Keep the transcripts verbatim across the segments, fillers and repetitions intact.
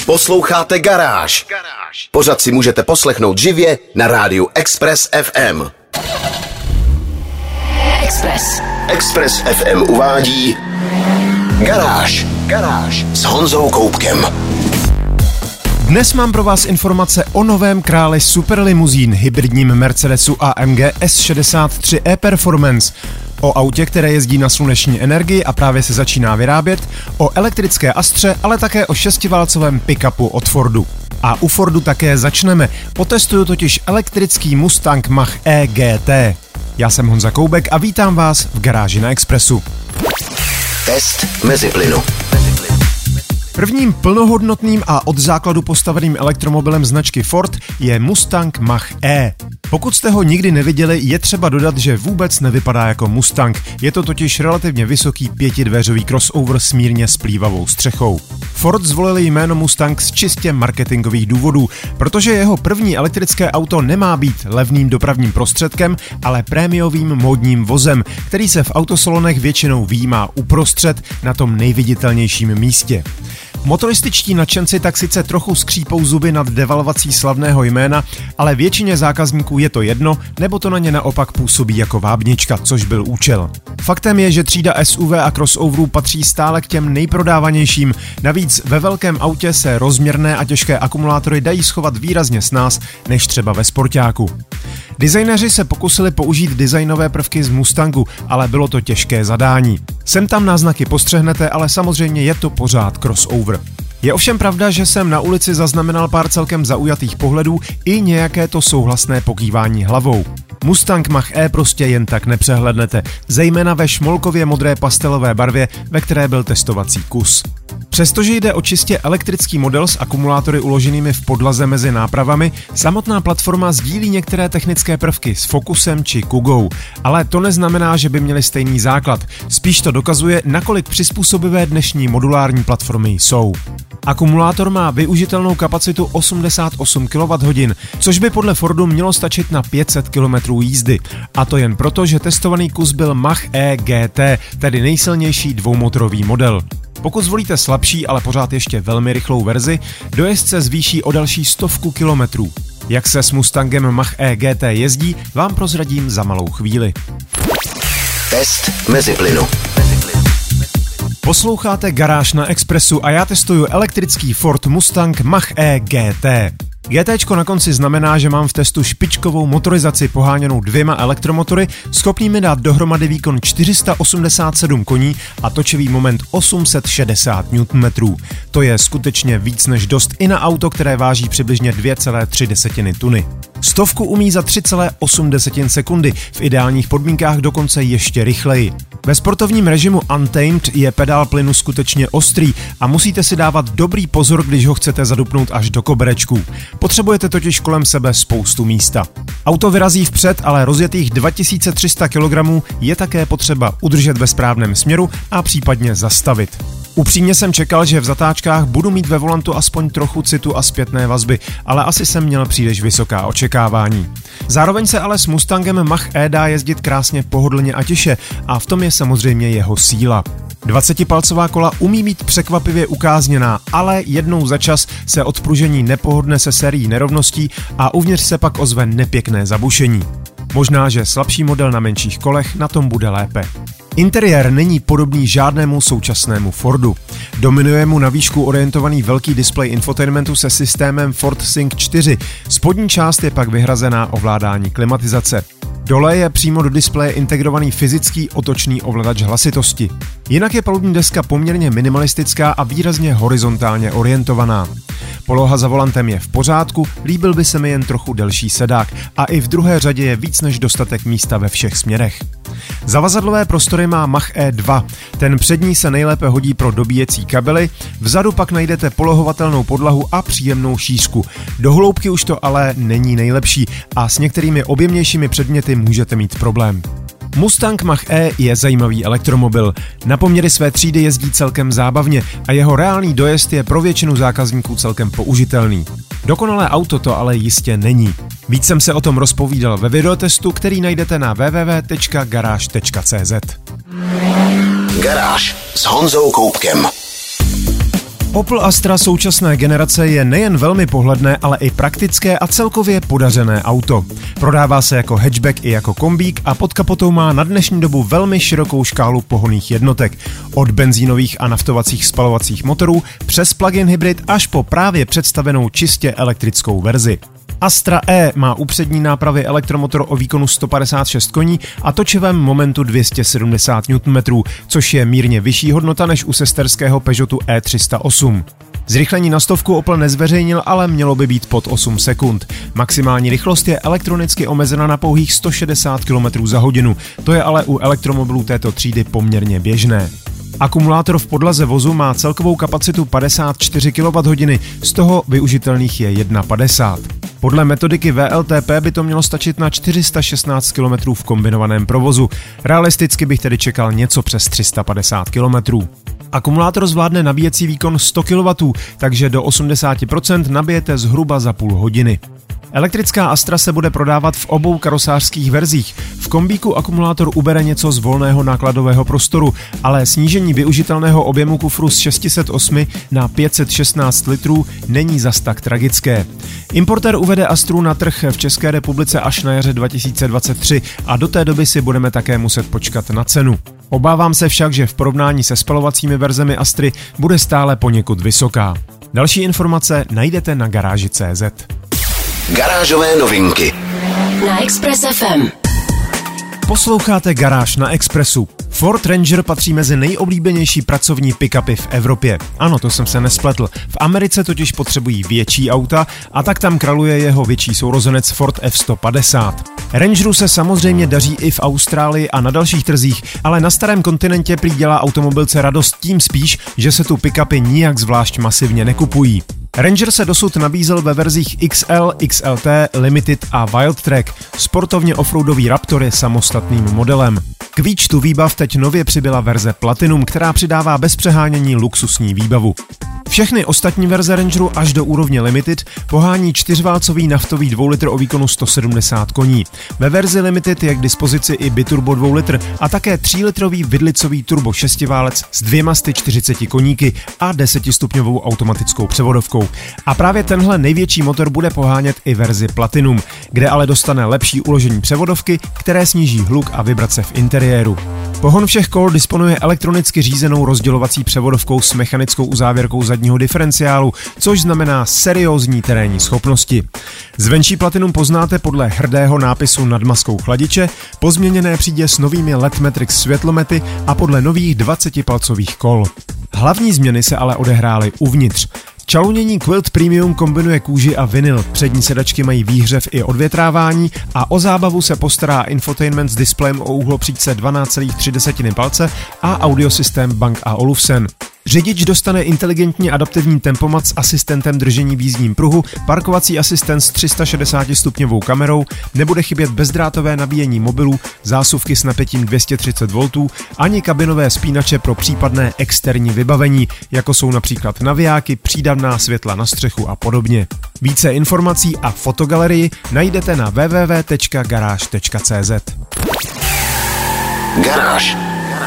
Posloucháte Garáž. Pořad si můžete poslechnout živě na rádiu Express F M. Express. Express F M uvádí Garáž. Garáž s Honzou Koubkem. Dnes mám pro vás informace o novém králi superlimuzín, hybridním Mercedesu A M G S šedesát tři e-Performance, o autě, které jezdí na sluneční energii a právě se začíná vyrábět, o elektrické Astře, ale také o šestiválcovém pick-upu od Fordu. A u Fordu také začneme. Otestuju totiž elektrický Mustang Mach-E G T. Já jsem Honza Koubek a vítám vás v Garáži na Expressu. Test meziplynu. Prvním plnohodnotným a od základu postaveným elektromobilem značky Ford je Mustang Mach-E. Pokud jste ho nikdy neviděli, je třeba dodat, že vůbec nevypadá jako Mustang. Je to totiž relativně vysoký pětidveřový crossover s mírně splývavou střechou. Ford zvolili jméno Mustang z čistě marketingových důvodů, protože jeho první elektrické auto nemá být levným dopravním prostředkem, ale prémiovým módním vozem, který se v autosalonech většinou výjímá uprostřed na tom nejviditelnějším místě. Motorističtí nadšenci tak sice trochu skřípou zuby nad devalvací slavného jména, ale většině zákazníků je to jedno, nebo to na ně naopak působí jako vábnička, což byl účel. Faktem je, že třída S U V a crossoverů patří stále k těm nejprodávanějším. Navíc ve velkém autě se rozměrné a těžké akumulátory dají schovat výrazně snáz než třeba ve sportáku. Designéři se pokusili použít designové prvky z Mustangu, ale bylo to těžké zadání. Sem tam náznaky postřehnete, ale samozřejmě je to pořád crossover. Je ovšem pravda, že jsem na ulici zaznamenal pár celkem zaujatých pohledů i nějaké to souhlasné pokývání hlavou. Mustang Mach-E prostě jen tak nepřehlednete, zejména ve šmolkově modré pastelové barvě, ve které byl testovací kus. Přestože jde o čistě elektrický model s akumulátory uloženými v podlaze mezi nápravami, samotná platforma sdílí některé technické prvky s Focusem či Kugou, ale to neznamená, že by měly stejný základ. Spíš to dokazuje, nakolik přizpůsobivé dnešní modulární platformy jsou. Akumulátor má využitelnou kapacitu osmdesát osm kilowatthodin, což by podle Fordu mělo stačit na pět set kilometrů jízdy. A to jen proto, že testovaný kus byl Mach-E G T, tedy nejsilnější dvoumotorový model. Pokud zvolíte slabší, ale pořád ještě velmi rychlou verzi, dojezd se zvýší o další stovku kilometrů. Jak se s Mustangem Mach-E G T jezdí, vám prozradím za malou chvíli. Test meziplynu. Posloucháte Garáž na Expressu a já testuju elektrický Ford Mustang Mach-E G T. GTčko na konci znamená, že mám v testu špičkovou motorizaci poháněnou dvěma elektromotory, schopnými dát dohromady výkon čtyři sta osmdesát sedm koní a točivý moment osm set šedesát newtonmetrů. To je skutečně víc než dost i na auto, které váží přibližně dvě celé tři tuny. Stovku umí za tři celé osm sekundy, v ideálních podmínkách dokonce ještě rychleji. Ve sportovním režimu Untamed je pedál plynu skutečně ostrý a musíte si dávat dobrý pozor, když ho chcete zadupnout až do koberečků. Potřebujete totiž kolem sebe spoustu místa. Auto vyrazí vpřed, ale rozjetých dva tisíce tři sta kilogramů je také potřeba udržet ve správném směru a případně zastavit. Upřímně jsem čekal, že v zatáčkách budu mít ve volantu aspoň trochu citu a zpětné vazby, ale asi jsem měl příliš vysoká očekávání. Zároveň se ale s Mustangem Mach-E dá jezdit krásně pohodlně a tiše a v tom je samozřejmě jeho síla. dvacetipalcová kola umí být překvapivě ukázněná, ale jednou za čas se od pružení nepohodne se sérií nerovností a uvnitř se pak ozve nepěkné zabušení. Možná, že slabší model na menších kolech na tom bude lépe. Interiér není podobný žádnému současnému Fordu. Dominuje mu na výšku orientovaný velký displej infotainmentu se systémem Ford Sync čtyři, spodní část je pak vyhrazená ovládání klimatizace. Dole je přímo do displeje integrovaný fyzický otočný ovladač hlasitosti. Jinak je palubní deska poměrně minimalistická a výrazně horizontálně orientovaná. Poloha za volantem je v pořádku, líbil by se mi jen trochu delší sedák a i v druhé řadě je víc než dostatek místa ve všech směrech. Zavazadlové prostory má Mach-E dva, ten přední se nejlépe hodí pro dobíjecí kabely, vzadu pak najdete polohovatelnou podlahu a příjemnou šířku. Do hloubky už to ale není nejlepší a s některými objemnějšími předměty můžete mít problém. Mustang Mach-E je zajímavý elektromobil. Na poměry své třídy jezdí celkem zábavně a jeho reálný dojezd je pro většinu zákazníků celkem použitelný. Dokonalé auto to ale jistě není. Víc jsem se o tom rozpovídal ve videotestu, který najdete na w w w tečka garáž tečka c z. Garáž s Honzou Koubkem. Opel Astra současné generace je nejen velmi pohledné, ale i praktické a celkově podařené auto. Prodává se jako hatchback i jako kombík a pod kapotou má na dnešní dobu velmi širokou škálu pohonných jednotek. Od benzínových a naftovacích spalovacích motorů přes plug-in hybrid až po právě představenou čistě elektrickou verzi. Astra E má u přední nápravy elektromotor o výkonu sto padesát šest koní a točivém momentu dvě stě sedmdesát newtonmetrů, což je mírně vyšší hodnota než u sesterského Peugeotu E tři sta osm. Zrychlení na stovku Opel nezveřejnil, ale mělo by být pod osm sekund. Maximální rychlost je elektronicky omezena na pouhých sto šedesát kilometrů za hodinu, to je ale u elektromobilů této třídy poměrně běžné. Akumulátor v podlaze vozu má celkovou kapacitu padesát čtyři kilowatthodin, z toho využitelných je jedna padesát. Podle metodiky V L T P by to mělo stačit na čtyři sta šestnáct kilometrů v kombinovaném provozu. Realisticky bych tedy čekal něco přes tři sta padesát kilometrů. Akumulátor zvládne nabíjecí výkon sto kilowattů, takže do osmdesát procent nabijete zhruba za půl hodiny. Elektrická Astra se bude prodávat v obou karosářských verzích. V kombíku akumulátor ubere něco z volného nákladového prostoru, ale snížení využitelného objemu kufru z šest set osm na pět set šestnáct litrů není zas tak tragické. Importér uvede Astru na trh v České republice až na jaře dva tisíce dvacet tři a do té doby si budeme také muset počkat na cenu. Obávám se však, že v porovnání se spalovacími verzemi Astry bude stále poněkud vysoká. Další informace najdete na garáži tečka cé zet. Garážové novinky na Express F M. Posloucháte Garáž na Expressu. Ford Ranger patří mezi nejoblíbenější pracovní pick-upy v Evropě. Ano, to jsem se nespletl. V Americe totiž potřebují větší auta a tak tam kraluje jeho větší sourozenec Ford F sto padesát. Rangeru se samozřejmě daří i v Austrálii a na dalších trzích, ale na starém kontinentě prý dělá automobilce radost tím spíš, že se tu pick-upy nijak zvlášť masivně nekupují. Ranger se dosud nabízel ve verzích X L, X L T, Limited a Wildtrak. Sportovně offroadový Raptor je samostatným modelem. K výčtu výbav teď nově přibyla verze Platinum, která přidává bez přehánění luxusní výbavu. Všechny ostatní verze Rangeru až do úrovně Limited pohání čtyřválcový naftový dvou litr o výkonu sto sedmdesát koní. Ve verzi Limited je k dispozici i biturbo dvou litr a také třílitrový vidlicový turbo šestiválec s dvěma sty čtyřiceti koníky a desetistupňovou automatickou převodovkou. A právě tenhle největší motor bude pohánět i verzi Platinum, kde ale dostane lepší uložení převodovky, které sníží hluk a vibrace v interiéru. Pohon všech kol disponuje elektronicky řízenou rozdělovací převodovkou s mechanickou uzávěrkou zadního diferenciálu, což znamená seriózní terénní schopnosti. Zvenčí Platinum poznáte podle hrdého nápisu nad maskou chladiče, pozměněné přídě s novými L E D Matrix světlomety a podle nových dvacetipalcových kol. Hlavní změny se ale odehrály uvnitř. Čalunění Quilt Premium kombinuje kůži a vinyl, přední sedačky mají výhřev i odvětrávání a o zábavu se postará infotainment s displejem o úhlopříčce dvanáct celá tři palce a audiosystém Bang a Olufsen. Řidič dostane inteligentní adaptivní tempomat s asistentem držení v jízdním pruhu, parkovací asistent s tři sta šedesáti stupňovou kamerou, nebude chybět bezdrátové nabíjení mobilů, zásuvky s napětím dvě stě třicet voltů, ani kabinové spínače pro případné externí vybavení, jako jsou například navijáky, přídavná světla na střechu a podobně. Více informací a fotogalerii najdete na w w w tečka garáž tečka cé zet. Garáž.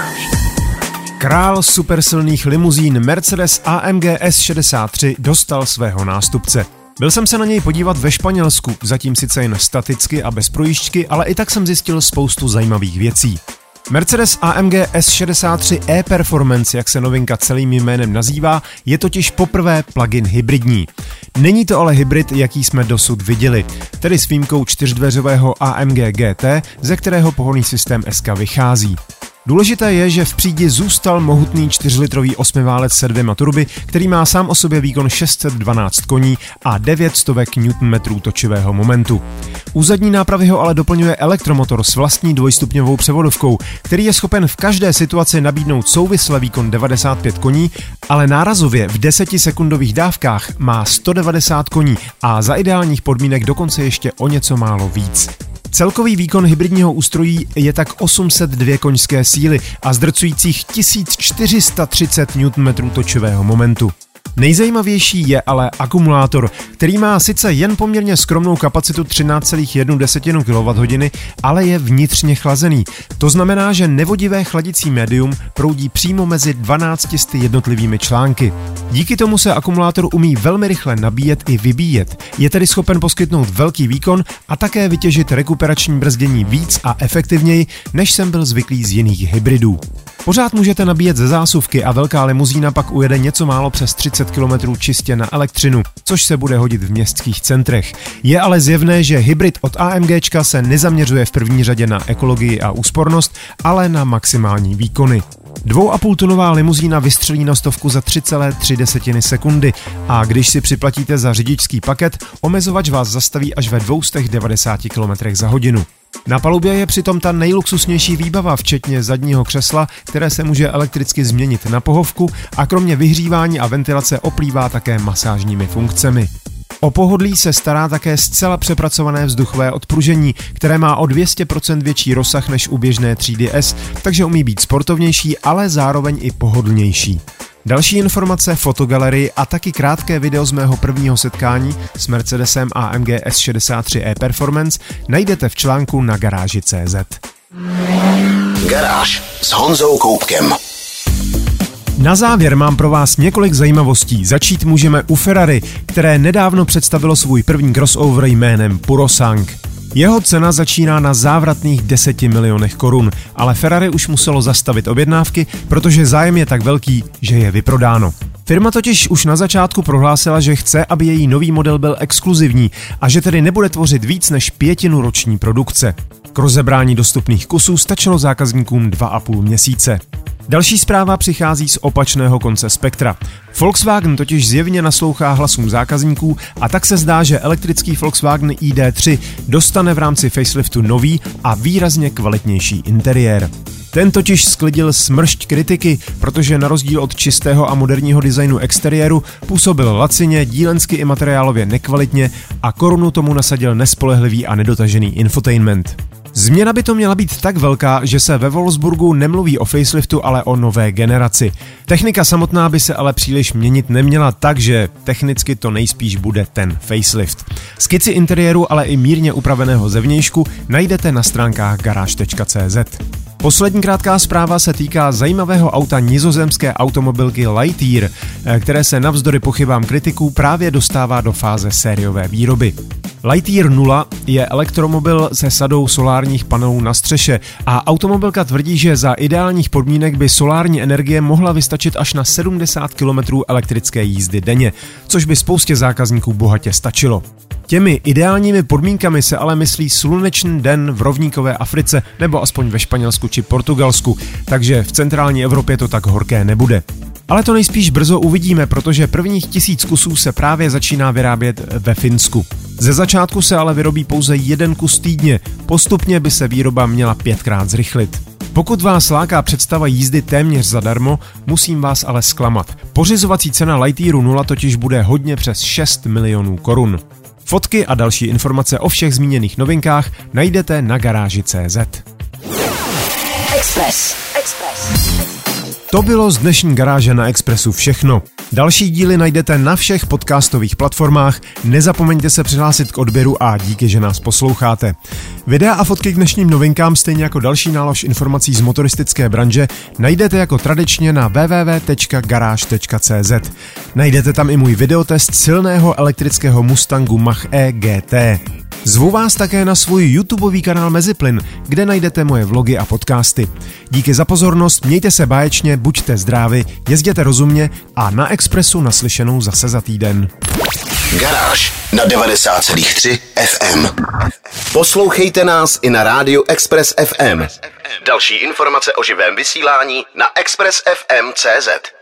Král supersilných limuzín Mercedes A M G S šedesát tři dostal svého nástupce. Byl jsem se na něj podívat ve Španělsku, zatím sice jen staticky a bez projížďky, ale i tak jsem zjistil spoustu zajímavých věcí. Mercedes A M G S šedesát tři E-Performance, jak se novinka celým jménem nazývá, je totiž poprvé plug-in hybridní. Není to ale hybrid, jaký jsme dosud viděli, tedy s výjimkou čtyřdveřového A M G G T, ze kterého pohonný systém S K vychází. Důležité je, že v přídi zůstal mohutný čtyřlitrový osmiválec se dvěma turby, který má sám o sobě výkon šest set dvanáct koní a devět stovek newtonmetrů točivého momentu. U zadní nápravy ho ale doplňuje elektromotor s vlastní dvojstupňovou převodovkou, který je schopen v každé situaci nabídnout souvisle výkon devadesát pět koní, ale nárazově v desetisekundových dávkách má sto devadesát koní a za ideálních podmínek dokonce ještě o něco málo víc. Celkový výkon hybridního ústrojí je tak osm set dva koňské síly a zdrcujících tisíc čtyři sta třicet newtonmetrů točivého momentu. Nejzajímavější je ale akumulátor, který má sice jen poměrně skromnou kapacitu třináct celá jedna kilowatthodiny, ale je vnitřně chlazený. To znamená, že nevodivé chladicí médium proudí přímo mezi dvanácti sty jednotlivými články. Díky tomu se akumulátor umí velmi rychle nabíjet i vybíjet. Je tedy schopen poskytnout velký výkon a také vytěžit rekuperační brzdění víc a efektivněji, než jsem byl zvyklý z jiných hybridů. Pořád můžete nabíjet ze zásuvky a velká limuzína pak ujede něco málo přes třicet kilometrů čistě na elektřinu, což se bude hodit v městských centrech. Je ale zjevné, že hybrid od AMGčka se nezaměřuje v první řadě na ekologii a úspornost, ale na maximální výkony. Dvou a půl tunová limuzína vystřelí na stovku za tři celé tři sekundy a když si připlatíte za řidičský paket, omezovač vás zastaví až ve dvě stě devadesát kilometrů za hodinu. Na palubě je přitom ta nejluxusnější výbava, včetně zadního křesla, které se může elektricky změnit na pohovku a kromě vyhřívání a ventilace oplývá také masážními funkcemi. O pohodlí se stará také zcela přepracované vzduchové odpružení, které má o dvě stě procent větší rozsah než u běžné třídy S, takže umí být sportovnější, ale zároveň i pohodlnější. Další informace, fotogalerii a taky krátké video z mého prvního setkání s Mercedesem A M G S šedesát tři E Performance najdete v článku na garáži tečka cé zet. Garáž s Honzou Koupkem. Na závěr mám pro vás několik zajímavostí. Začít můžeme u Ferrari, které nedávno představilo svůj první crossover jménem Purosangue. Jeho cena začíná na závratných deseti milionech korun, ale Ferrari už muselo zastavit objednávky, protože zájem je tak velký, že je vyprodáno. Firma totiž už na začátku prohlásila, že chce, aby její nový model byl exkluzivní a že tedy nebude tvořit víc než pětinu roční produkce. K rozebrání dostupných kusů stačilo zákazníkům dva a půl měsíce. Další zpráva přichází z opačného konce spektra. Volkswagen totiž zjevně naslouchá hlasům zákazníků a tak se zdá, že elektrický Volkswagen I D tři dostane v rámci faceliftu nový a výrazně kvalitnější interiér. Ten totiž sklidil smršť kritiky, protože na rozdíl od čistého a moderního designu exteriéru působil lacině, dílensky i materiálově nekvalitně a korunu tomu nasadil nespolehlivý a nedotažený infotainment. Změna by to měla být tak velká, že se ve Wolfsburgu nemluví o faceliftu, ale o nové generaci. Technika samotná by se ale příliš měnit neměla, takže technicky to nejspíš bude ten facelift. Skici interiéru, ale i mírně upraveného zevnějšku najdete na stránkách garáž tečka cé zet. Poslední krátká zpráva se týká zajímavého auta nizozemské automobilky Lightyear, které se navzdory pochybám kritiků právě dostává do fáze sériové výroby. Lightyear nula je elektromobil se sadou solárních panelů na střeše a automobilka tvrdí, že za ideálních podmínek by solární energie mohla vystačit až na sedmdesát kilometrů elektrické jízdy denně, což by spoustě zákazníků bohatě stačilo. Těmi ideálními podmínkami se ale myslí slunečný den v rovníkové Africe nebo aspoň ve Španělsku či Portugalsku, takže v centrální Evropě to tak horké nebude. Ale to nejspíš brzo uvidíme, protože prvních tisíc kusů se právě začíná vyrábět ve Finsku. Ze začátku se ale vyrobí pouze jeden kus týdně, postupně by se výroba měla pětkrát zrychlit. Pokud vás láká představa jízdy téměř zadarmo, musím vás ale zklamat. Pořizovací cena Lightyearu nula totiž bude hodně přes šest milionů korun. Fotky a další informace o všech zmíněných novinkách najdete na garáži tečka cé zet. Express. Express. To bylo z dnešní garáže na Expressu všechno. Další díly najdete na všech podcastových platformách, nezapomeňte se přihlásit k odběru a díky, že nás posloucháte. Videa a fotky k dnešním novinkám, stejně jako další nálož informací z motoristické branže, najdete jako tradičně na w w w tečka garáž tečka cé zet. Najdete tam i můj videotest silného elektrického Mustangu Mach-E G T. Zvu vás také na svůj YouTubeový kanál Meziplyn, kde najdete moje vlogy a podcasty. Díky za pozornost, mějte se báječně, buďte zdraví, jezděte rozumně a na Expressu naslyšenou zase za týden. Garáž na devadesát celá tři F M. Poslouchejte nás i na rádiu Express F M. Další informace o živém vysílání na express f m tečka cé zet.